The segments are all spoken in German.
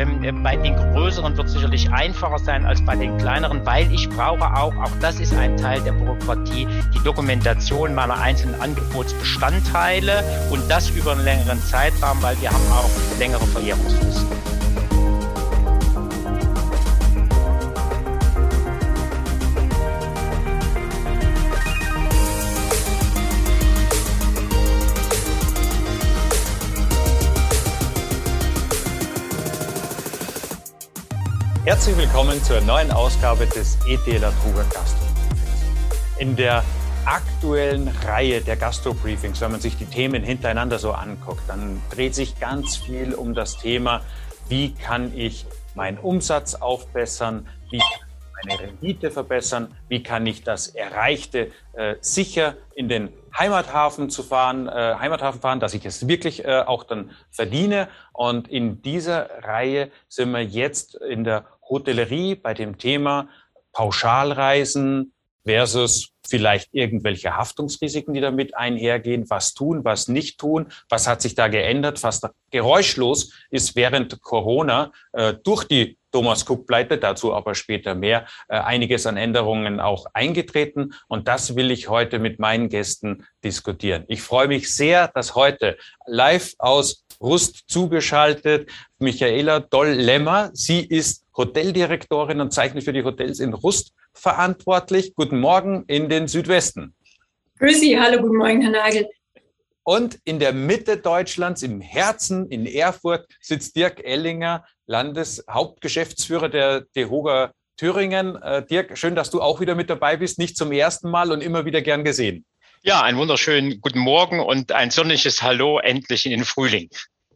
Bei den größeren wird es sicherlich einfacher sein als bei den kleineren, weil ich brauche auch das ist ein Teil der Bürokratie, die Dokumentation meiner einzelnen Angebotsbestandteile und das über einen längeren Zeitraum, weil wir haben auch längere Verjährungsfristen. Herzlich willkommen zur neuen Ausgabe des ETLer Truger Gastro Briefings. In der aktuellen Reihe der Gastro Briefings, wenn man sich die Themen hintereinander so anguckt, dann dreht sich ganz viel um das Thema, wie kann ich meinen Umsatz aufbessern, wie kann ich meine Rendite verbessern, wie kann ich das Erreichte sicher in den Heimathafen fahren, dass ich es wirklich auch dann verdiene. Und in dieser Reihe sind wir jetzt in der Hotellerie bei dem Thema Pauschalreisen versus vielleicht irgendwelche Haftungsrisiken, die damit einhergehen, was tun, was nicht tun, was hat sich da geändert, fast geräuschlos ist während Corona durch die Thomas Cook-Pleite, dazu aber später mehr, einiges an Änderungen auch eingetreten. Und das will ich heute mit meinen Gästen diskutieren. Ich freue mich sehr, dass heute live aus Rust zugeschaltet Michaela Doll-Lemmer. Sie ist Hoteldirektorin und zeichnet für die Hotels in Rust verantwortlich. Guten Morgen in den Südwesten. Grüß Sie, hallo, guten Morgen, Herr Nagel. Und in der Mitte Deutschlands, im Herzen, in Erfurt, sitzt Dirk Ellinger, Landeshauptgeschäftsführer der DEHOGA Thüringen. Dirk, schön, dass du auch wieder mit dabei bist, nicht zum ersten Mal und immer wieder gern gesehen. Ja, einen wunderschönen guten Morgen und ein sonniges Hallo endlich in den Frühling.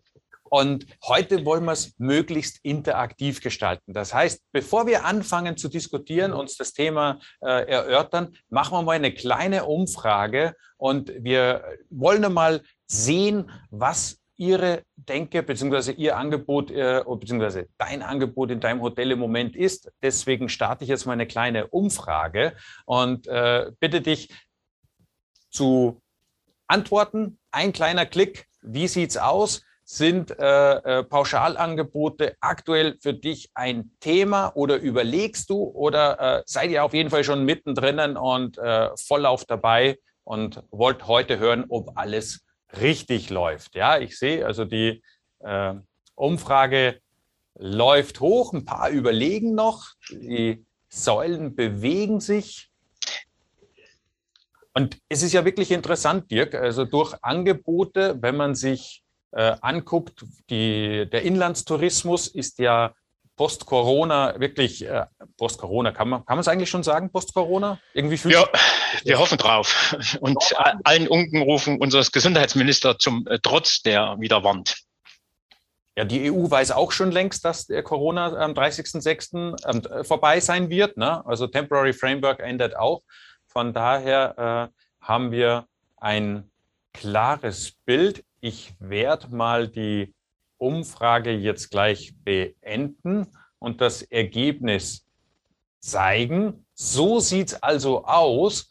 Und heute wollen wir es möglichst interaktiv gestalten. Das heißt, bevor wir anfangen zu diskutieren, uns das Thema erörtern, machen wir mal eine kleine Umfrage und wir wollen mal sehen, was Ihre Denke bzw. Ihr Angebot bzw. dein Angebot in deinem Hotel im Moment ist. Deswegen starte ich jetzt mal eine kleine Umfrage und bitte dich zu antworten. Ein kleiner Klick. Wie sieht's aus? Sind Pauschalangebote aktuell für dich ein Thema oder überlegst du oder seid ihr auf jeden Fall schon mittendrin und Volllauf dabei und wollt heute hören, ob alles richtig läuft? Ja, ich sehe, also die Umfrage läuft hoch, ein paar überlegen noch, die Säulen bewegen sich. Und es ist ja wirklich interessant, Dirk, also durch Angebote, wenn man sich anguckt, der Inlandstourismus ist ja post-Corona wirklich, post-Corona, kann man es eigentlich schon sagen, post-Corona? Irgendwie ja, wir hoffen drauf und allen Unkenrufen unseres Gesundheitsministers zum Trotz, der wieder warnt. Ja, die EU weiß auch schon längst, dass der Corona am 30.06. Vorbei sein wird, ne? Also Temporary Framework ändert auch. Von daher haben wir ein klares Bild. Ich werde mal die Umfrage jetzt gleich beenden und das Ergebnis zeigen. So sieht es also aus.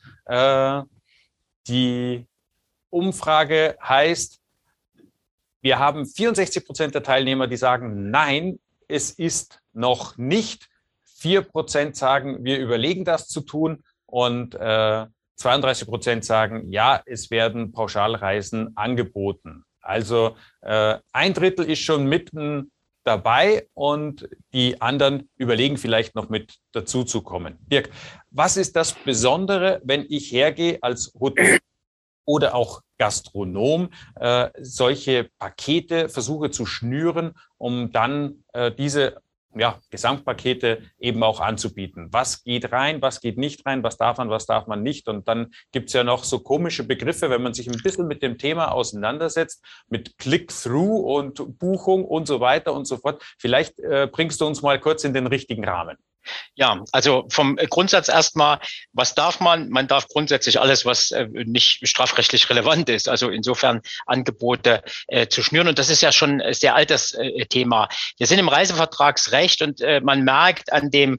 Die Umfrage heißt, wir haben 64% der Teilnehmer, die sagen, nein, es ist noch nicht. 4% sagen, wir überlegen das zu tun und 32% sagen, ja, es werden Pauschalreisen angeboten. Also ein Drittel ist schon mitten dabei und die anderen überlegen vielleicht noch mit dazu zu kommen. Dirk, was ist das Besondere, wenn ich hergehe als Hotel oder auch Gastronom, solche Pakete versuche zu schnüren, um dann diese Gesamtpakete eben auch anzubieten. Was geht rein, was geht nicht rein, was darf man nicht? Und dann gibt's ja noch so komische Begriffe, wenn man sich ein bisschen mit dem Thema auseinandersetzt, mit Click-Through und Buchung und so weiter und so fort. Vielleicht bringst du uns mal kurz in den richtigen Rahmen. Ja, also vom Grundsatz erstmal, was darf man? Man darf grundsätzlich alles, was nicht strafrechtlich relevant ist. Also insofern Angebote zu schnüren. Und das ist ja schon ein sehr altes Thema. Wir sind im Reisevertragsrecht und man merkt an dem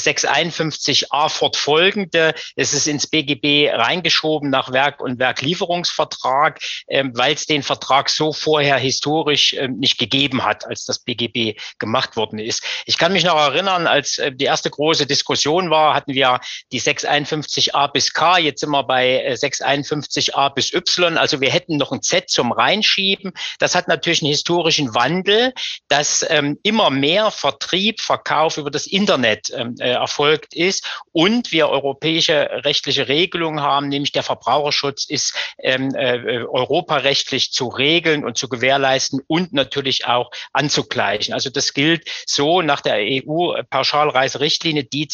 651a fortfolgende, es ist ins BGB reingeschoben nach Werk- und Werklieferungsvertrag, weil es den Vertrag so vorher historisch nicht gegeben hat, als das BGB gemacht worden ist. Ich kann mich noch erinnern, als die erste große Diskussion war, hatten wir die 651a bis K, jetzt sind wir bei 651a bis Y, also wir hätten noch ein Z zum Reinschieben. Das hat natürlich einen historischen Wandel, dass immer mehr Vertrieb, Verkauf über das Internet erfolgt ist und wir europäische rechtliche Regelungen haben, nämlich der Verbraucherschutz ist europarechtlich zu regeln und zu gewährleisten und natürlich auch anzugleichen. Also das gilt so nach der EU-Pauschalreiserichtlinie, die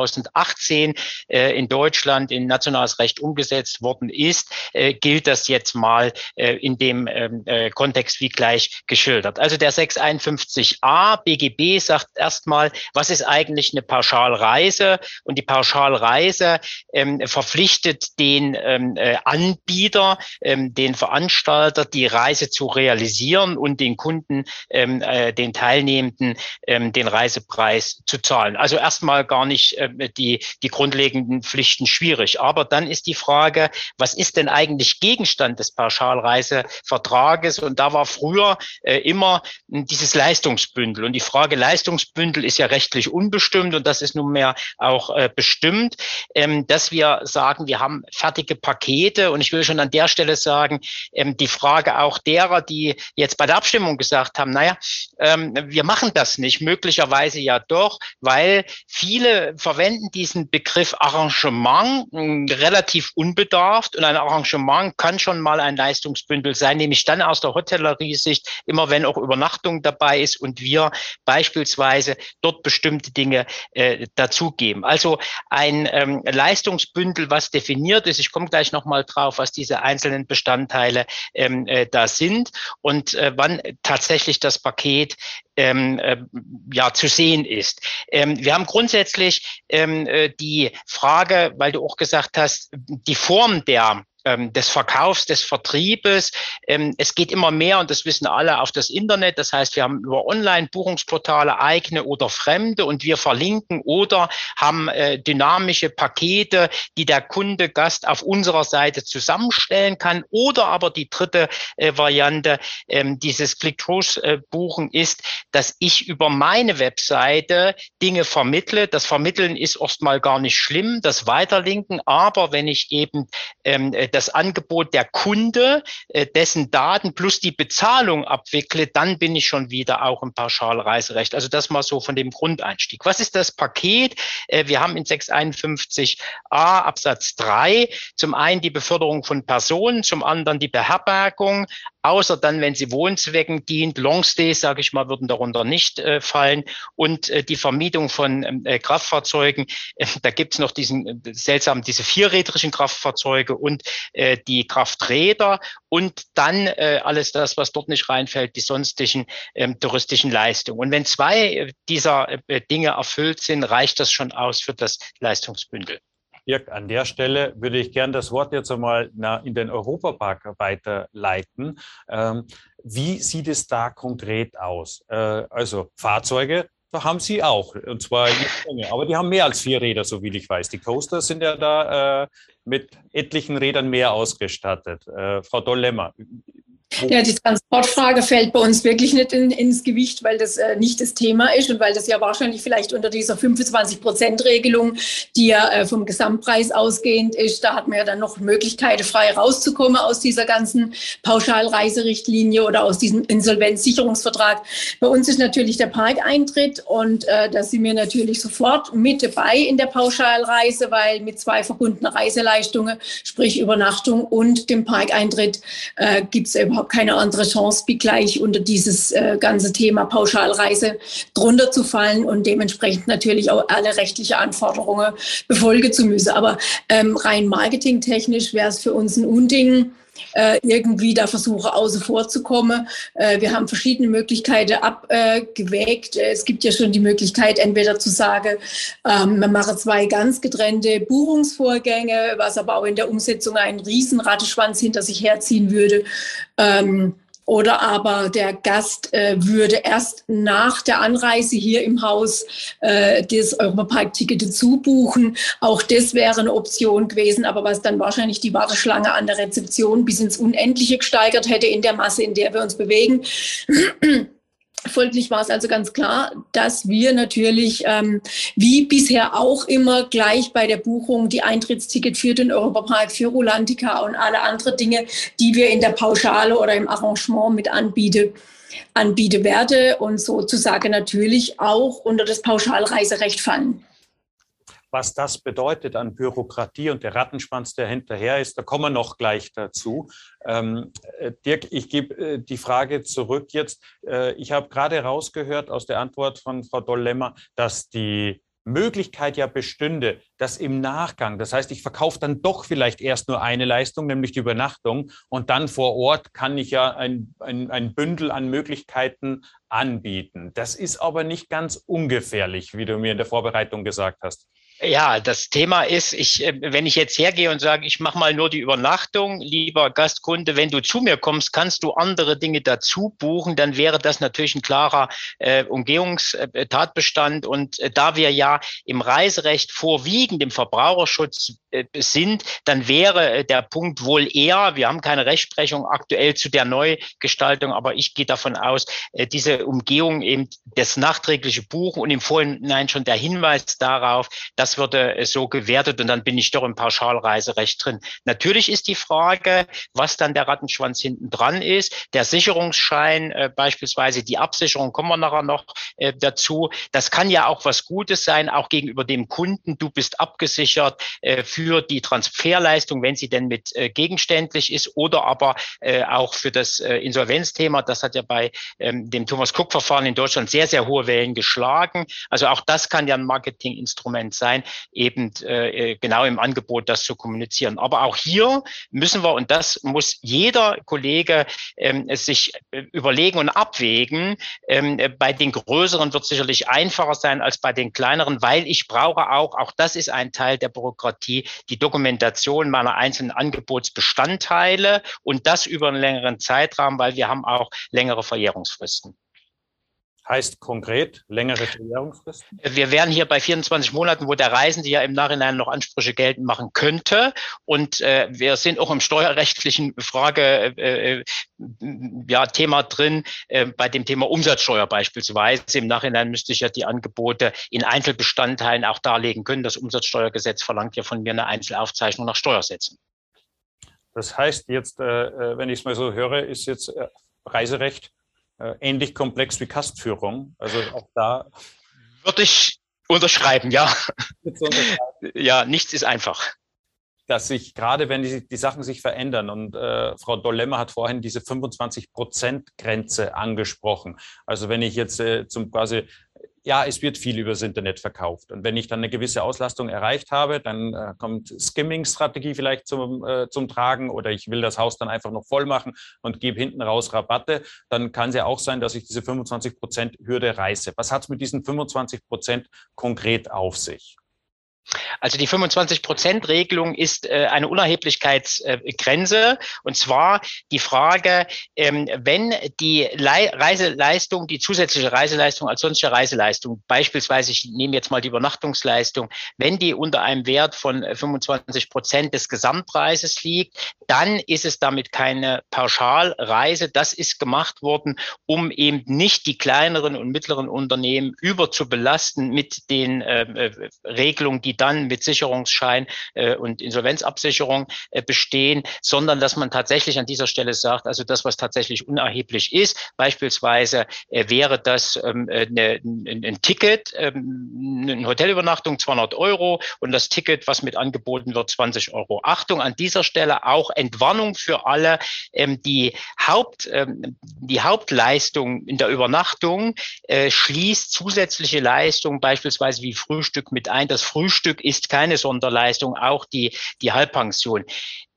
2018 in Deutschland in nationales Recht umgesetzt worden ist, gilt das jetzt mal in dem Kontext wie gleich geschildert. Also der 651a BGB sagt erstmal, was ist eigentlich eine Pauschalreise? Und die Pauschalreise verpflichtet den Anbieter, den Veranstalter, die Reise zu realisieren und den Kunden, den Teilnehmenden, den Reisepreis zu zahlen. Also erstmal gar nicht die grundlegenden Pflichten schwierig. Aber dann ist die Frage, was ist denn eigentlich Gegenstand des Pauschalreisevertrages? Und da war früher immer dieses Leistungsbündel. Und die Frage Leistungsbündel ist ja rechtlich unbestimmt und das ist nunmehr auch bestimmt, dass wir sagen, wir haben fertige Pakete. Und ich will schon an der Stelle sagen, die Frage auch derer, die jetzt bei der Abstimmung gesagt haben, naja, wir machen das nicht, möglicherweise ja doch, weil viele verwenden diesen Begriff Arrangement relativ unbedarft und ein Arrangement kann schon mal ein Leistungsbündel sein, nämlich dann aus der Hotellerie-Sicht, immer wenn auch Übernachtung dabei ist und wir beispielsweise dort bestimmte Dinge dazugeben. Also ein Leistungsbündel, was definiert ist, ich komme gleich nochmal drauf, was diese einzelnen Bestandteile da sind und wann tatsächlich das Paket zu sehen ist. Wir haben grundsätzlich die Frage, weil du auch gesagt hast, die Form des Verkaufs, des Vertriebes. Es geht immer mehr, und das wissen alle, auf das Internet. Das heißt, wir haben über Online-Buchungsportale eigene oder fremde und wir verlinken oder haben dynamische Pakete, die der Kunde, Gast auf unserer Seite zusammenstellen kann. Oder aber die dritte Variante dieses Click-Through-Buchen ist, dass ich über meine Webseite Dinge vermittle. Das Vermitteln ist erstmal gar nicht schlimm, das Weiterlinken. Aber wenn ich eben das Angebot der Kunde, dessen Daten plus die Bezahlung abwickle, dann bin ich schon wieder auch im Pauschalreiserecht. Also das mal so von dem Grundeinstieg. Was ist das Paket? Wir haben in 651a Absatz 3 zum einen die Beförderung von Personen, zum anderen die Beherbergung, außer dann, wenn sie Wohnzwecken dient. Longstays, sage ich mal, würden darunter nicht fallen. Und die Vermietung von Kraftfahrzeugen. Da gibt's noch diese vierrädrigen Kraftfahrzeuge und die Krafträder und dann alles das, was dort nicht reinfällt, die sonstigen touristischen Leistungen. Und wenn zwei dieser Dinge erfüllt sind, reicht das schon aus für das Leistungsbündel. Jörg, an der Stelle würde ich gern das Wort jetzt einmal in den Europapark weiterleiten. Wie sieht es da konkret aus? Also Fahrzeuge, da haben Sie auch, und zwar aber die haben mehr als 4 Räder, so wie ich weiß. Die Coaster sind ja da mit etlichen Rädern mehr ausgestattet. Frau Doll-Lemmer. Ja, die Transportfrage fällt bei uns wirklich nicht ins Gewicht, weil das nicht das Thema ist und weil das ja wahrscheinlich vielleicht unter dieser 25%-Regelung, die ja vom Gesamtpreis ausgehend ist, da hat man ja dann noch Möglichkeiten, frei rauszukommen aus dieser ganzen Pauschalreiserichtlinie oder aus diesem Insolvenzsicherungsvertrag. Bei uns ist natürlich der Parkeintritt und da sind wir natürlich sofort mit dabei in der Pauschalreise, weil mit 2 verbundenen Reiseleistungen, sprich Übernachtung und dem Parkeintritt, gibt es überhaupt keine andere Chance, wie gleich unter dieses ganze Thema Pauschalreise drunter zu fallen und dementsprechend natürlich auch alle rechtlichen Anforderungen befolgen zu müssen. Aber rein marketingtechnisch wäre es für uns ein Unding, irgendwie da versuche, außen vor zu kommen. Wir haben verschiedene Möglichkeiten abgewägt. Es gibt ja schon die Möglichkeit, entweder zu sagen, man mache 2 ganz getrennte Buchungsvorgänge, was aber auch in der Umsetzung einen riesen Rattenschwanz hinter sich herziehen würde. Oder aber der Gast würde erst nach der Anreise hier im Haus das Europapark-Ticket dazu buchen. Auch das wäre eine Option gewesen, aber was dann wahrscheinlich die Warteschlange an der Rezeption bis ins Unendliche gesteigert hätte in der Masse, in der wir uns bewegen. Folglich war es also ganz klar, dass wir natürlich, wie bisher auch immer, gleich bei der Buchung die Eintrittsticket für den Europapark, für Rulantica und alle anderen Dinge, die wir in der Pauschale oder im Arrangement mit anbieten werde und sozusagen natürlich auch unter das Pauschalreiserecht fallen. Was das bedeutet an Bürokratie und der Rattenschwanz, der hinterher ist, da kommen wir noch gleich dazu. Dirk, ich gebe die Frage zurück jetzt. Ich habe gerade rausgehört aus der Antwort von Frau Doll-Lemmer, dass die Möglichkeit ja bestünde, dass im Nachgang, das heißt, ich verkaufe dann doch vielleicht erst nur eine Leistung, nämlich die Übernachtung, und dann vor Ort kann ich ja ein Bündel an Möglichkeiten anbieten. Das ist aber nicht ganz ungefährlich, wie du mir in der Vorbereitung gesagt hast. Ja, das Thema ist, wenn ich jetzt hergehe und sage, ich mache mal nur die Übernachtung, lieber Gastkunde, wenn du zu mir kommst, kannst du andere Dinge dazu buchen, dann wäre das natürlich ein klarer Umgehungstatbestand. Und da wir ja im Reiserecht vorwiegend im Verbraucherschutz sind, dann wäre der Punkt wohl eher, wir haben keine Rechtsprechung aktuell zu der Neugestaltung, aber ich gehe davon aus, diese Umgehung eben das nachträgliche Buchen und im Vorhinein schon der Hinweis darauf, das würde so gewertet und dann bin ich doch im Pauschalreiserecht drin. Natürlich ist die Frage, was dann der Rattenschwanz hinten dran ist. Der Sicherungsschein, beispielsweise die Absicherung, kommen wir nachher noch dazu. Das kann ja auch was Gutes sein, auch gegenüber dem Kunden. Du bist abgesichert für die Transferleistung, wenn sie denn mit gegenständlich ist, oder aber auch für das Insolvenzthema. Das hat ja bei dem Thomas-Cook-Verfahren in Deutschland sehr, sehr hohe Wellen geschlagen. Also auch das kann ja ein Marketinginstrument sein, eben genau im Angebot das zu kommunizieren. Aber auch hier müssen wir, und das muss jeder Kollege sich überlegen und abwägen, bei den Größeren wird es sicherlich einfacher sein als bei den Kleineren, weil ich brauche auch das ist ein Teil der Bürokratie, die Dokumentation meiner einzelnen Angebotsbestandteile und das über einen längeren Zeitraum, weil wir haben auch längere Verjährungsfristen. Heißt konkret längere Verjährungsfristen? Wir wären hier bei 24 Monaten, wo der Reisende ja im Nachhinein noch Ansprüche geltend machen könnte. Und wir sind auch im steuerrechtlichen Thema drin, bei dem Thema Umsatzsteuer beispielsweise. Im Nachhinein müsste ich ja die Angebote in Einzelbestandteilen auch darlegen können. Das Umsatzsteuergesetz verlangt ja von mir eine Einzelaufzeichnung nach Steuersätzen. Das heißt jetzt, wenn ich es mal so höre, ist jetzt Reiserecht ähnlich komplex wie Gastführung. Also auch da würde ich unterschreiben, ja. Ja, nichts ist einfach. Dass sich, gerade wenn die Sachen sich verändern, und Frau Doll-Lemmer hat vorhin diese 25%-Grenze angesprochen. Also wenn ich jetzt es wird viel übers Internet verkauft. Und wenn ich dann eine gewisse Auslastung erreicht habe, dann kommt Skimming-Strategie vielleicht zum Tragen, oder ich will das Haus dann einfach noch voll machen und gebe hinten raus Rabatte. Dann kann es ja auch sein, dass ich diese 25%-Hürde reiße. Was hat es mit diesen 25% konkret auf sich? Also die 25%-Regelung ist eine Unerheblichkeitsgrenze, und zwar die Frage, wenn die Reiseleistung, die zusätzliche Reiseleistung als sonstige Reiseleistung, beispielsweise ich nehme jetzt mal die Übernachtungsleistung, wenn die unter einem Wert von 25% des Gesamtpreises liegt, dann ist es damit keine Pauschalreise. Das ist gemacht worden, um eben nicht die kleineren und mittleren Unternehmen überzubelasten mit den Regelungen, die dann mit Sicherungsschein und Insolvenzabsicherung bestehen, sondern dass man tatsächlich an dieser Stelle sagt, also das, was tatsächlich unerheblich ist, beispielsweise wäre das ein Ticket, eine Hotelübernachtung 200 € und das Ticket, was mit angeboten wird, 20 €. Achtung, an dieser Stelle auch Entwarnung für alle, die Hauptleistung in der Übernachtung schließt zusätzliche Leistungen, beispielsweise wie Frühstück, mit ein. Das Frühstück ist keine Sonderleistung, auch die Halbpension.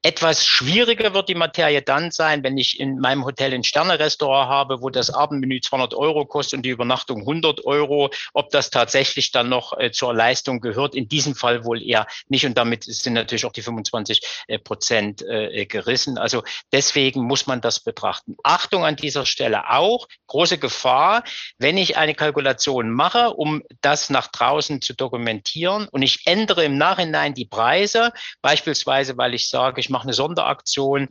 Etwas schwieriger wird die Materie dann sein, wenn ich in meinem Hotel ein Sterne-Restaurant habe, wo das Abendmenü 200 € kostet und die Übernachtung 100 €. Ob das tatsächlich dann noch zur Leistung gehört, in diesem Fall wohl eher nicht. Und damit sind natürlich auch die 25% gerissen. Also deswegen muss man das betrachten. Achtung an dieser Stelle auch, große Gefahr, wenn ich eine Kalkulation mache, um das nach draußen zu dokumentieren und ich ändere im Nachhinein die Preise, beispielsweise, weil ich sage, ich mache eine Sonderaktion,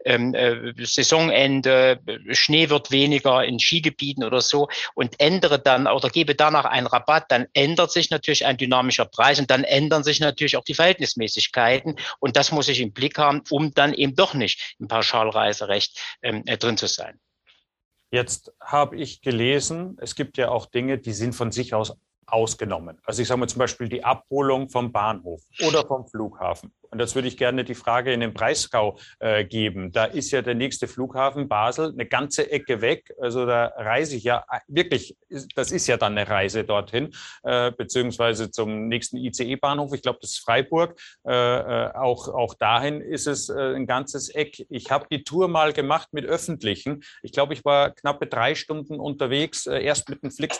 Saisonende, Schnee wird weniger in Skigebieten oder so und ändere dann oder gebe danach einen Rabatt, dann ändert sich natürlich ein dynamischer Preis und dann ändern sich natürlich auch die Verhältnismäßigkeiten und das muss ich im Blick haben, um dann eben doch nicht im Pauschalreiserecht drin zu sein. Jetzt habe ich gelesen, es gibt ja auch Dinge, die sind von sich aus ausgenommen. Also ich sage mal zum Beispiel die Abholung vom Bahnhof oder vom Flughafen. Und das würde ich gerne die Frage in den Breisgau geben. Da ist ja der nächste Flughafen Basel eine ganze Ecke weg. Also da reise ich ja wirklich, das ist ja dann eine Reise dorthin, beziehungsweise zum nächsten ICE-Bahnhof. Ich glaube, das ist Freiburg. Auch dahin ist es ein ganzes Eck. Ich habe die Tour mal gemacht mit Öffentlichen. Ich glaube, ich war knappe 3 Stunden unterwegs, erst mit dem Flix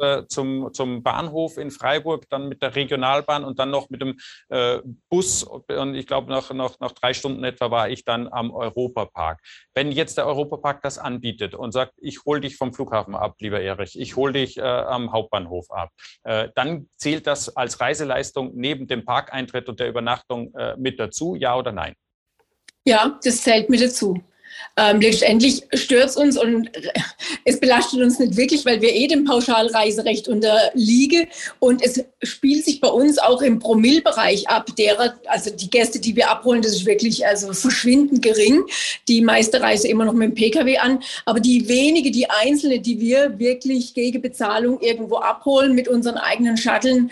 zum Bahnhof in Freiburg, dann mit der Regionalbahn und dann noch mit dem Bus. Und ich glaube, nach 3 Stunden etwa war ich dann am Europapark. Wenn jetzt der Europapark das anbietet und sagt, ich hole dich vom Flughafen ab, lieber Erich, ich hole dich am Hauptbahnhof ab, dann zählt das als Reiseleistung neben dem Parkeintritt und der Übernachtung mit dazu, ja oder nein? Ja, das zählt mit dazu. Letztendlich stört es uns und es belastet uns nicht wirklich, weil wir dem Pauschalreiserecht unterliegen und es spielt sich bei uns auch im Promillebereich ab, also die Gäste, die wir abholen, das ist wirklich also verschwindend gering. Die meiste Reise immer noch mit dem Pkw an, aber die wenige, die einzelne, die wir wirklich gegen Bezahlung irgendwo abholen mit unseren eigenen Shuttlen,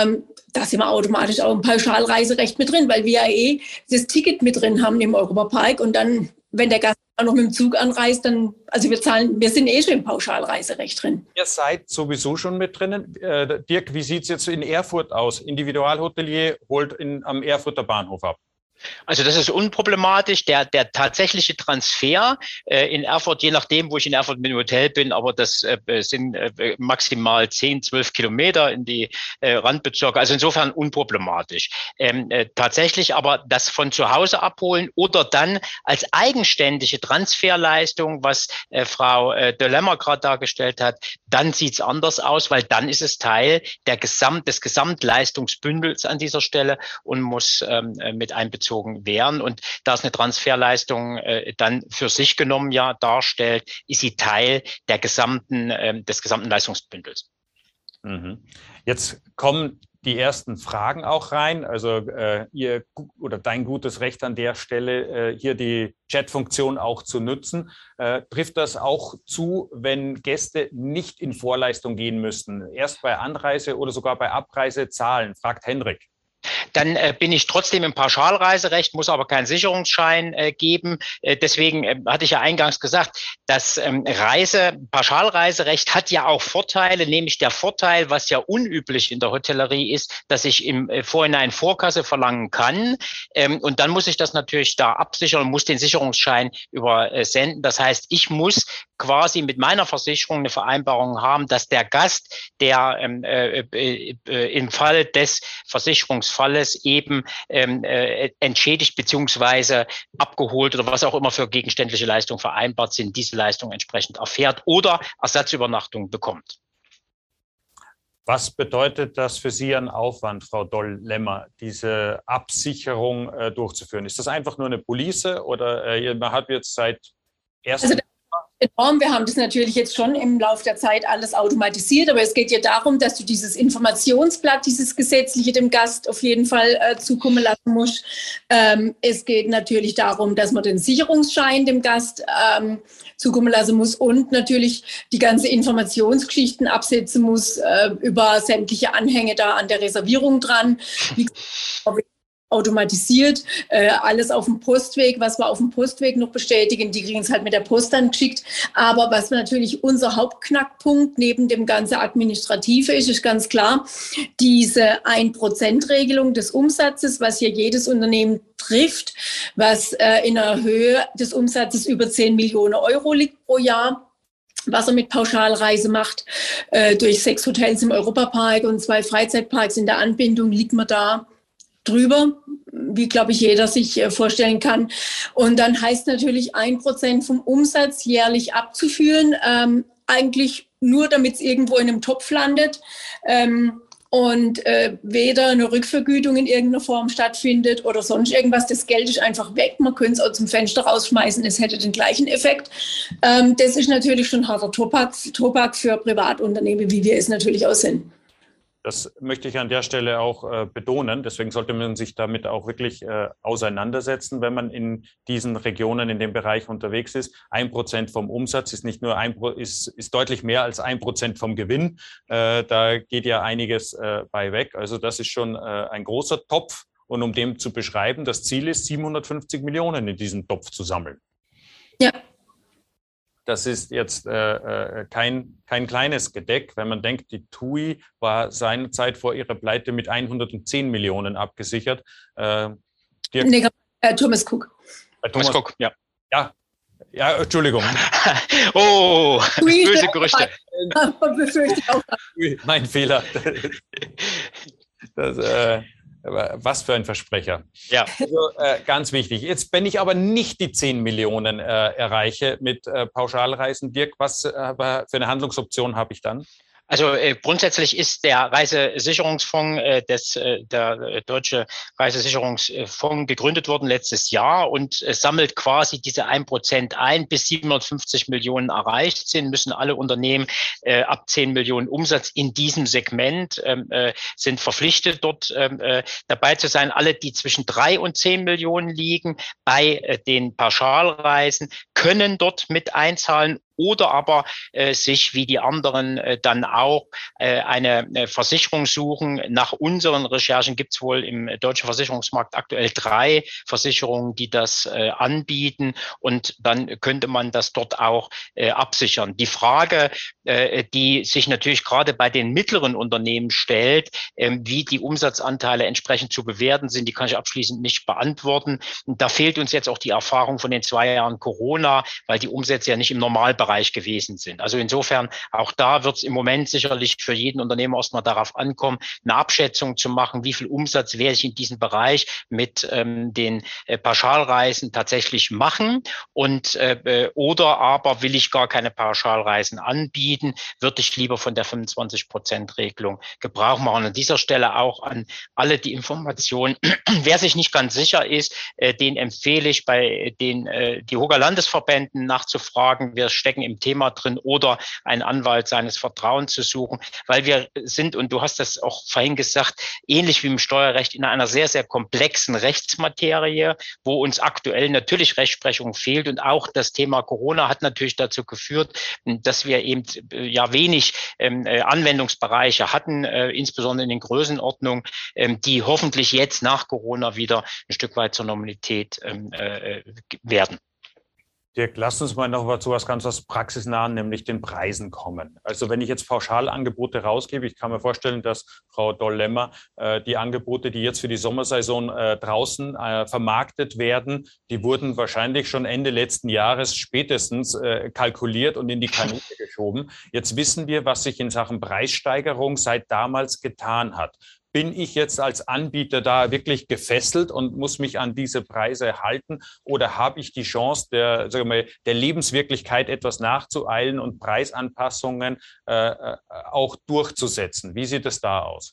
da sind wir automatisch auch im Pauschalreiserecht mit drin, weil wir ja das Ticket mit drin haben im Europapark und dann, wenn der Gast auch noch mit dem Zug anreist, dann, also wir sind schon im Pauschalreiserecht drin. Ihr seid sowieso schon mit drinnen. Dirk, wie sieht es jetzt in Erfurt aus? Individualhotelier holt am Erfurter Bahnhof ab. Also das ist unproblematisch. Der tatsächliche Transfer in Erfurt, je nachdem, wo ich in Erfurt mit dem Hotel bin, aber das sind maximal 10, 12 Kilometer in die Randbezirke. Also insofern unproblematisch. Tatsächlich aber das von zu Hause abholen oder dann als eigenständige Transferleistung, was Frau Delemmer gerade dargestellt hat, dann sieht's anders aus, weil dann ist es Teil des Gesamtleistungsbündels an dieser Stelle und muss mit einbezogen werden. Und da es eine Transferleistung dann für sich genommen ja darstellt, ist sie Teil des gesamten Leistungsbündels. Mhm. Jetzt kommen die ersten Fragen auch rein. Also ihr oder dein gutes Recht an der Stelle, hier die Chatfunktion auch zu nutzen. Trifft das auch zu, wenn Gäste nicht in Vorleistung gehen müssten? Erst bei Anreise oder sogar bei Abreise zahlen? Fragt Henrik. Dann bin ich trotzdem im Pauschalreiserecht, muss aber keinen Sicherungsschein geben. Deswegen hatte ich ja eingangs gesagt, das Pauschalreiserecht hat ja auch Vorteile, nämlich der Vorteil, was ja unüblich in der Hotellerie ist, dass ich im Vorhinein Vorkasse verlangen kann. Und dann muss ich das natürlich da absichern und muss den Sicherungsschein übersenden. Das heißt, ich muss quasi mit meiner Versicherung eine Vereinbarung haben, dass der Gast, der im Fall des Versicherungsfalles eben entschädigt beziehungsweise abgeholt oder was auch immer für gegenständliche Leistungen vereinbart sind, diese Leistung entsprechend erfährt oder Ersatzübernachtung bekommt. Was bedeutet das für Sie an Aufwand, Frau Doll-Lemmer, diese Absicherung durchzuführen? Ist das einfach nur eine Police oder man hat jetzt seit ersten enorm. Wir haben das natürlich jetzt schon im Laufe der Zeit alles automatisiert, aber es geht ja darum, dass du dieses Informationsblatt, dieses gesetzliche dem Gast auf jeden Fall zukommen lassen musst. Es geht natürlich darum, dass man den Sicherungsschein dem Gast zukommen lassen muss und natürlich die ganze Informationsgeschichten absetzen muss über sämtliche Anhänge da an der Reservierung dran. Wie automatisiert, alles auf dem Postweg, was wir auf dem Postweg noch bestätigen, die kriegen es halt mit der Post dann geschickt. Aber was natürlich unser Hauptknackpunkt neben dem ganzen Administrative ist ganz klar, diese 1%-Regelung des Umsatzes, was hier jedes Unternehmen trifft, was in der Höhe des Umsatzes über 10 Millionen Euro liegt pro Jahr, was er mit Pauschalreise macht. Durch 6 Hotels im Europapark und 2 Freizeitparks in der Anbindung liegt man da drüber, wie, glaube ich, jeder sich vorstellen kann. Und dann heißt natürlich 1% vom Umsatz jährlich abzuführen, eigentlich nur, damit es irgendwo in einem Topf landet. Und weder eine Rückvergütung in irgendeiner Form stattfindet oder sonst irgendwas. Das Geld ist einfach weg. Man könnte es auch zum Fenster rausschmeißen. Es hätte den gleichen Effekt. Das ist natürlich schon harter Tobak für Privatunternehmen, wie wir es natürlich auch sind. Das möchte ich an der Stelle auch betonen. Deswegen sollte man sich damit auch wirklich auseinandersetzen, wenn man in diesen Regionen, in dem Bereich unterwegs ist. 1% vom Umsatz ist nicht nur ist deutlich mehr als 1% vom Gewinn. Da geht ja einiges bei weg. Also das ist schon ein großer Topf. Und um dem zu beschreiben, das Ziel ist, 750 Millionen in diesen Topf zu sammeln. Ja. Das ist jetzt kein kleines Gedeck, wenn man denkt, die TUI war seinerzeit vor ihrer Pleite mit 110 Millionen abgesichert. Thomas Cook. Thomas Cook, ja. Ja, Entschuldigung. Oh, böse Gerüchte. Mein Fehler. Was für ein Versprecher. Ja. Also, ganz wichtig. Jetzt, wenn ich aber nicht die 10 Millionen erreiche mit Pauschalreisen, Dirk, was für eine Handlungsoption habe ich dann? Also grundsätzlich ist der Reisesicherungsfonds, der Deutsche Reisesicherungsfonds gegründet worden letztes Jahr und sammelt quasi diese 1% ein. Bis 750 Millionen erreicht sind, müssen alle Unternehmen ab 10 Millionen Umsatz in diesem Segment sind verpflichtet, dort dabei zu sein. Alle, die zwischen 3 und 10 Millionen liegen bei den Pauschalreisen, können dort mit einzahlen oder aber sich wie die anderen dann auch eine Versicherung suchen. Nach unseren Recherchen gibt es wohl im deutschen Versicherungsmarkt aktuell 3 Versicherungen, die das anbieten und dann könnte man das dort auch absichern. Die Frage, die sich natürlich gerade bei den mittleren Unternehmen stellt, wie die Umsatzanteile entsprechend zu bewerten sind, die kann ich abschließend nicht beantworten. Und da fehlt uns jetzt auch die Erfahrung von den 2 Jahren Corona, weil die Umsätze ja nicht im Normalbereich gewesen sind. Also insofern, auch da wird es im Moment sicherlich für jeden Unternehmer erstmal darauf ankommen, eine Abschätzung zu machen, wie viel Umsatz werde ich in diesem Bereich mit den Pauschalreisen tatsächlich machen und oder aber will ich gar keine Pauschalreisen anbieten, würde ich lieber von der 25%-Regelung Gebrauch machen. An dieser Stelle auch an alle die Informationen. Wer sich nicht ganz sicher ist, den empfehle ich bei den DEHOGA Landesverbänden nachzufragen. Wir stecken im Thema drin oder einen Anwalt seines Vertrauens zu suchen, weil wir sind, und du hast das auch vorhin gesagt, ähnlich wie im Steuerrecht in einer sehr, sehr komplexen Rechtsmaterie, wo uns aktuell natürlich Rechtsprechung fehlt und auch das Thema Corona hat natürlich dazu geführt, dass wir eben ja wenig Anwendungsbereiche hatten, insbesondere in den Größenordnungen, die hoffentlich jetzt nach Corona wieder ein Stück weit zur Normalität werden. Dirk, lass uns mal noch zu was ganz praxisnahen, nämlich den Preisen kommen. Also wenn ich jetzt Pauschalangebote rausgebe, ich kann mir vorstellen, dass Frau Doll-Lemmer die Angebote, die jetzt für die Sommersaison draußen vermarktet werden, die wurden wahrscheinlich schon Ende letzten Jahres spätestens kalkuliert und in die Kanute geschoben. Jetzt wissen wir, was sich in Sachen Preissteigerung seit damals getan hat. Bin ich jetzt als Anbieter da wirklich gefesselt und muss mich an diese Preise halten oder habe ich die Chance, der Lebenswirklichkeit etwas nachzueilen und Preisanpassungen auch durchzusetzen? Wie sieht es da aus?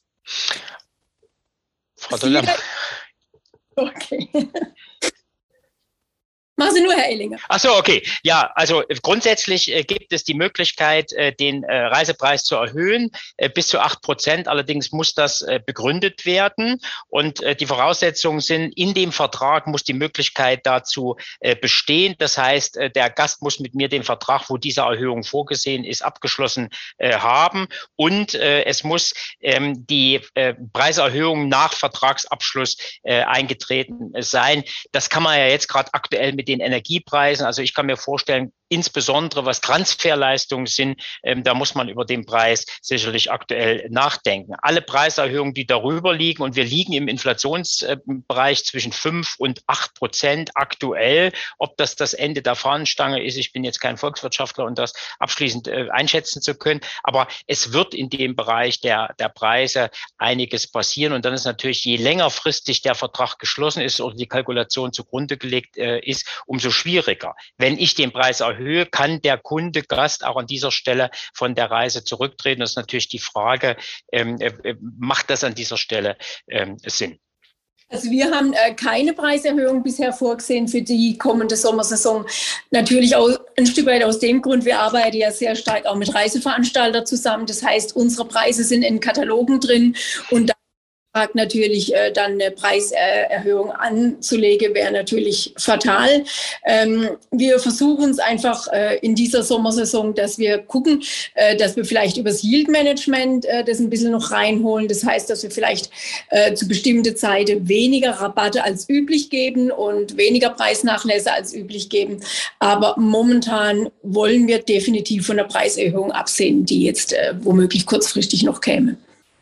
Frau Doll-Lemmer. Okay. Machen Sie nur, Herr Ellinger. Ach so, okay. Ja, also grundsätzlich gibt es die Möglichkeit, den Reisepreis zu erhöhen, bis zu 8%. Allerdings muss das begründet werden. Und die Voraussetzungen sind, in dem Vertrag muss die Möglichkeit dazu bestehen. Das heißt, der Gast muss mit mir den Vertrag, wo diese Erhöhung vorgesehen ist, abgeschlossen haben. Und es muss die Preiserhöhung nach Vertragsabschluss eingetreten sein. Das kann man ja jetzt gerade aktuell mit den Energiepreisen. Also ich kann mir vorstellen, insbesondere was Transferleistungen sind, da muss man über den Preis sicherlich aktuell nachdenken. Alle Preiserhöhungen, die darüber liegen, und wir liegen im Inflationsbereich zwischen 5 und 8% aktuell. Ob das Ende der Fahnenstange ist, ich bin jetzt kein Volkswirtschaftler, um das abschließend einschätzen zu können, aber es wird in dem Bereich der Preise einiges passieren, und dann ist natürlich, je längerfristig der Vertrag geschlossen ist oder die Kalkulation zugrunde gelegt ist, umso schwieriger. Wenn ich den Preis erhöhe, kann der Kunde, Gast auch an dieser Stelle von der Reise zurücktreten. Das ist natürlich die Frage, macht das an dieser Stelle Sinn? Also wir haben keine Preiserhöhung bisher vorgesehen für die kommende Sommersaison. Natürlich auch ein Stück weit aus dem Grund, wir arbeiten ja sehr stark auch mit Reiseveranstaltern zusammen. Das heißt, unsere Preise sind in Katalogen drin, und natürlich dann eine Preiserhöhung anzulegen, wäre natürlich fatal. Wir versuchen es einfach in dieser Sommersaison, dass wir gucken, dass wir vielleicht über das Yield Management das ein bisschen noch reinholen. Das heißt, dass wir vielleicht zu bestimmten Zeiten weniger Rabatte als üblich geben und weniger Preisnachlässe als üblich geben. Aber momentan wollen wir definitiv von der Preiserhöhung absehen, die jetzt womöglich kurzfristig noch käme.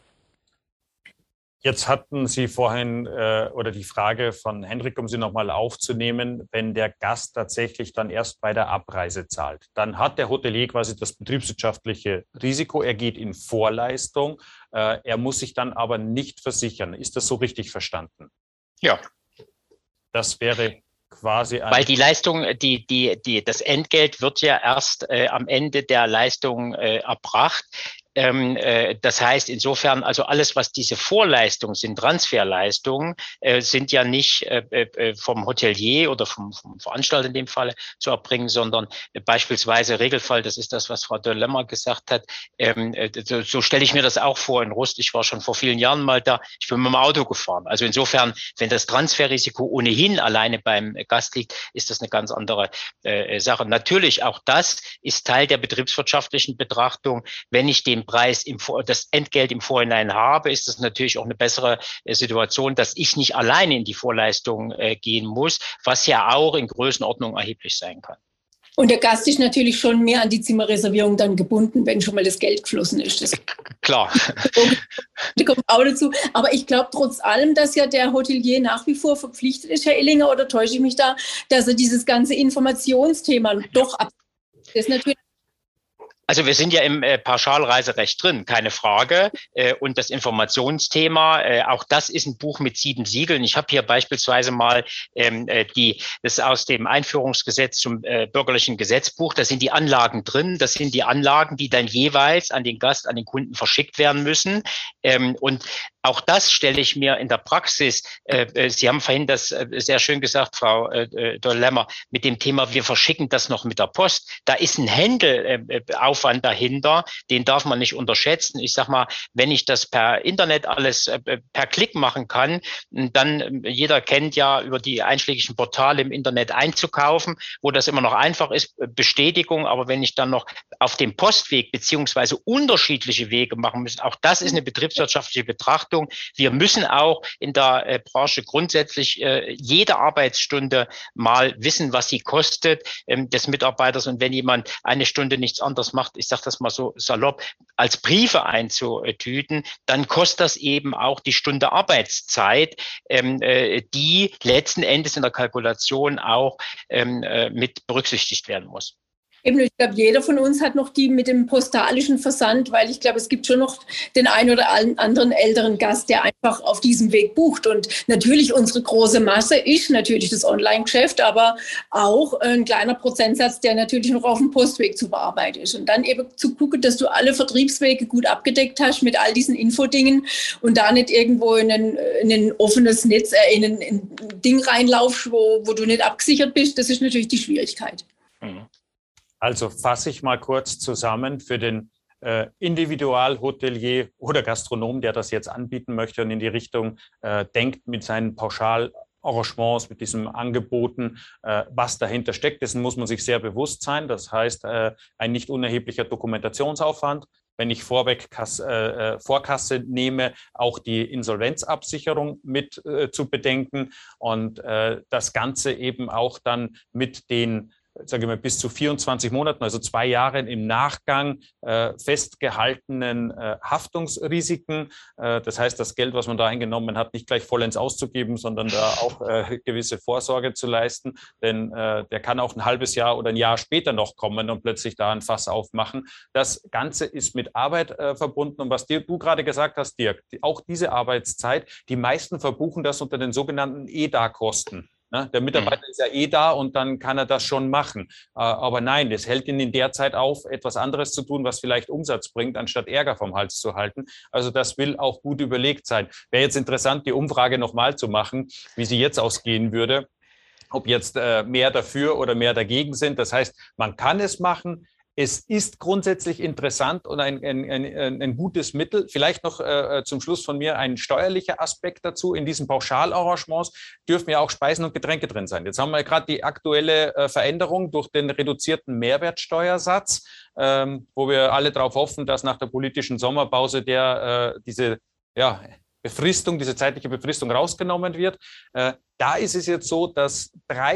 Jetzt hatten Sie vorhin oder die Frage von Henrik, um sie nochmal aufzunehmen, wenn der Gast tatsächlich dann erst bei der Abreise zahlt, dann hat der Hotelier quasi das betriebswirtschaftliche Risiko, er geht in Vorleistung, er muss sich dann aber nicht versichern. Ist das so richtig verstanden? Ja. Das wäre quasi weil die Leistung, das Entgelt wird ja erst am Ende der Leistung erbracht. Das heißt, insofern, also alles, was diese Vorleistungen sind, Transferleistungen, sind ja nicht vom Hotelier oder vom Veranstalter in dem Fall zu erbringen, sondern beispielsweise Regelfall, das ist das, was Frau Dolemmer gesagt hat, so stelle ich mir das auch vor in Rust. Ich war schon vor vielen Jahren mal da, ich bin mit dem Auto gefahren. Also insofern, wenn das Transferrisiko ohnehin alleine beim Gast liegt, ist das eine ganz andere Sache. Natürlich, auch das ist Teil der betriebswirtschaftlichen Betrachtung. Wenn ich den Preis das Entgelt im Vorhinein habe, ist das natürlich auch eine bessere Situation, dass ich nicht alleine in die Vorleistung gehen muss, was ja auch in Größenordnung erheblich sein kann. Und der Gast ist natürlich schon mehr an die Zimmerreservierung dann gebunden, wenn schon mal das Geld geflossen ist. Das klar. Da kommt auch dazu. Aber ich glaube trotz allem, dass ja der Hotelier nach wie vor verpflichtet ist, Herr Ellinger, oder täusche ich mich da, dass er dieses ganze Informationsthema doch ab. Das ist natürlich. Also wir sind ja im Pauschalreiserecht drin, keine Frage. Und das Informationsthema, auch das ist ein Buch mit 7 Siegeln. Ich habe hier beispielsweise mal das aus dem Einführungsgesetz zum bürgerlichen Gesetzbuch. Da sind die Anlagen drin. Das sind die Anlagen, die dann jeweils an den Gast, an den Kunden verschickt werden müssen. Und auch das stelle ich mir in der Praxis, Sie haben vorhin das sehr schön gesagt, Frau Dolemmer, mit dem Thema, wir verschicken das noch mit der Post. Da ist ein Händelaufwand dahinter, den darf man nicht unterschätzen. Ich sag mal, wenn ich das per Internet alles per Klick machen kann, dann, jeder kennt ja über die einschlägigen Portale im Internet einzukaufen, wo das immer noch einfach ist, Bestätigung, aber wenn ich dann noch auf dem Postweg beziehungsweise unterschiedliche Wege machen muss, auch das ist eine betriebswirtschaftliche Betrachtung. Wir müssen auch in der Branche grundsätzlich jede Arbeitsstunde mal wissen, was sie kostet des Mitarbeiters. Und wenn jemand eine Stunde nichts anderes macht, ich sage das mal so salopp, als Briefe einzutüten, dann kostet das eben auch die Stunde Arbeitszeit, die letzten Endes in der Kalkulation auch mit berücksichtigt werden muss. Eben, ich glaube, jeder von uns hat noch die mit dem postalischen Versand, weil ich glaube, es gibt schon noch den einen oder anderen älteren Gast, der einfach auf diesem Weg bucht. Und natürlich unsere große Masse ist natürlich das Online-Geschäft, aber auch ein kleiner Prozentsatz, der natürlich noch auf dem Postweg zu bearbeiten ist. Und dann eben zu gucken, dass du alle Vertriebswege gut abgedeckt hast mit all diesen Infodingen und da nicht irgendwo in ein offenes Netz, in ein Ding reinlaufst, wo du nicht abgesichert bist. Das ist natürlich die Schwierigkeit. Also fasse ich mal kurz zusammen für den Individualhotelier oder Gastronom, der das jetzt anbieten möchte und in die Richtung denkt mit seinen Pauschalarrangements, mit diesen Angeboten, was dahinter steckt. Dessen muss man sich sehr bewusst sein. Das heißt, ein nicht unerheblicher Dokumentationsaufwand. Wenn ich vorweg Vorkasse nehme, auch die Insolvenzabsicherung mit zu bedenken und das Ganze eben auch dann mit den, sage ich mal, bis zu 24 Monaten, also 2 Jahren im Nachgang festgehaltenen Haftungsrisiken. Das heißt, das Geld, was man da eingenommen hat, nicht gleich vollends auszugeben, sondern da auch gewisse Vorsorge zu leisten. Denn der kann auch ein halbes Jahr oder ein Jahr später noch kommen und plötzlich da ein Fass aufmachen. Das Ganze ist mit Arbeit verbunden. Und was du gerade gesagt hast, Dirk, auch diese Arbeitszeit, die meisten verbuchen das unter den sogenannten EDA-Kosten. Der Mitarbeiter ist ja da und dann kann er das schon machen. Aber nein, es hält ihn in der Zeit auf, etwas anderes zu tun, was vielleicht Umsatz bringt, anstatt Ärger vom Hals zu halten. Also das will auch gut überlegt sein. Wäre jetzt interessant, die Umfrage nochmal zu machen, wie sie jetzt ausgehen würde, ob jetzt mehr dafür oder mehr dagegen sind. Das heißt, man kann es machen. Es ist grundsätzlich interessant und ein gutes Mittel. Vielleicht noch zum Schluss von mir ein steuerlicher Aspekt dazu. In diesen Pauschalarrangements dürfen ja auch Speisen und Getränke drin sein. Jetzt haben wir gerade die aktuelle Veränderung durch den reduzierten Mehrwertsteuersatz, wo wir alle darauf hoffen, dass nach der politischen Sommerpause diese zeitliche Befristung rausgenommen wird. Da ist es jetzt so, dass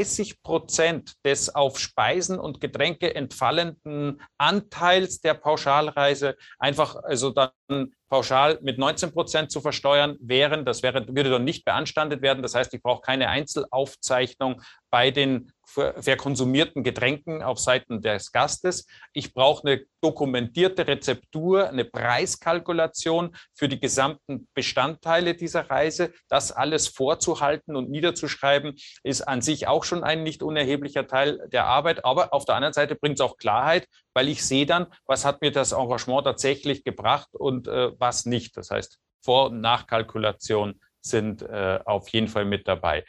30% des auf Speisen und Getränke entfallenden Anteils der Pauschalreise einfach also dann pauschal mit 19% zu versteuern wären. Das würde dann nicht beanstandet werden. Das heißt, ich brauche keine Einzelaufzeichnung bei den verkonsumierten Getränken auf Seiten des Gastes. Ich brauche eine dokumentierte Rezeptur, eine Preiskalkulation für die gesamten Bestandteile dieser Reise. Das alles vorzuhalten und niederzuschreiben, ist an sich auch schon ein nicht unerheblicher Teil der Arbeit. Aber auf der anderen Seite bringt es auch Klarheit, weil ich sehe dann, was hat mir das Engagement tatsächlich gebracht und was nicht. Das heißt, Vor- und Nachkalkulation sind auf jeden Fall mit dabei.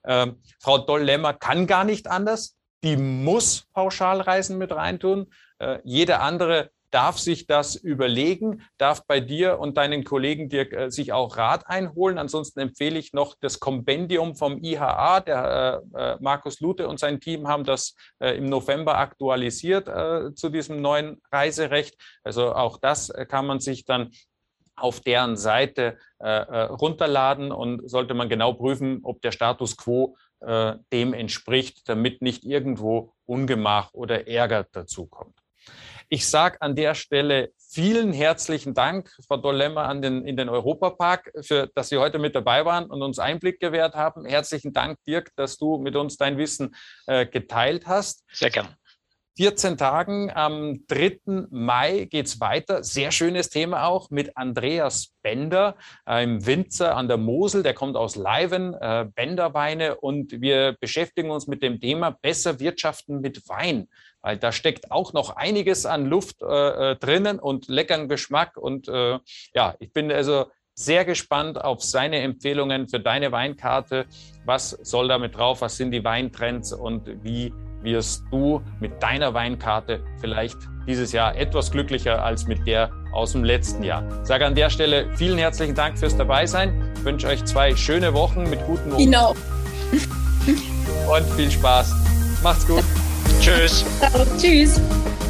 Frau Doll-Lemmer kann gar nicht anders. Die muss Pauschalreisen mit reintun. Jede andere darf sich das überlegen, darf bei dir und deinen Kollegen dir sich auch Rat einholen. Ansonsten empfehle ich noch das Kompendium vom IHA. Der Markus Lute und sein Team haben das im November aktualisiert zu diesem neuen Reiserecht. Also auch das kann man sich dann auf deren Seite runterladen und sollte man genau prüfen, ob der Status quo dem entspricht, damit nicht irgendwo Ungemach oder Ärger dazukommt. Ich sage an der Stelle vielen herzlichen Dank, Frau Doll-Lemmer, in den Europapark, dass Sie heute mit dabei waren und uns Einblick gewährt haben. Herzlichen Dank, Dirk, dass du mit uns dein Wissen geteilt hast. Sehr gern. 14 Tagen, am 3. Mai geht's weiter. Sehr schönes Thema auch mit Andreas Bender, einem Winzer an der Mosel. Der kommt aus Leiven, Bender-Weine. Und wir beschäftigen uns mit dem Thema besser wirtschaften mit Wein. Weil da steckt auch noch einiges an Luft drinnen und leckeren Geschmack. Und ich bin also sehr gespannt auf seine Empfehlungen für deine Weinkarte. Was soll damit drauf? Was sind die Weintrends und wie wirst du mit deiner Weinkarte vielleicht dieses Jahr etwas glücklicher als mit der aus dem letzten Jahr? Ich sage an der Stelle vielen herzlichen Dank fürs Dabeisein. Ich wünsche euch 2 schöne Wochen mit guten Wochen. Genau. Und viel Spaß. Macht's gut. Tschüss. Tschüss.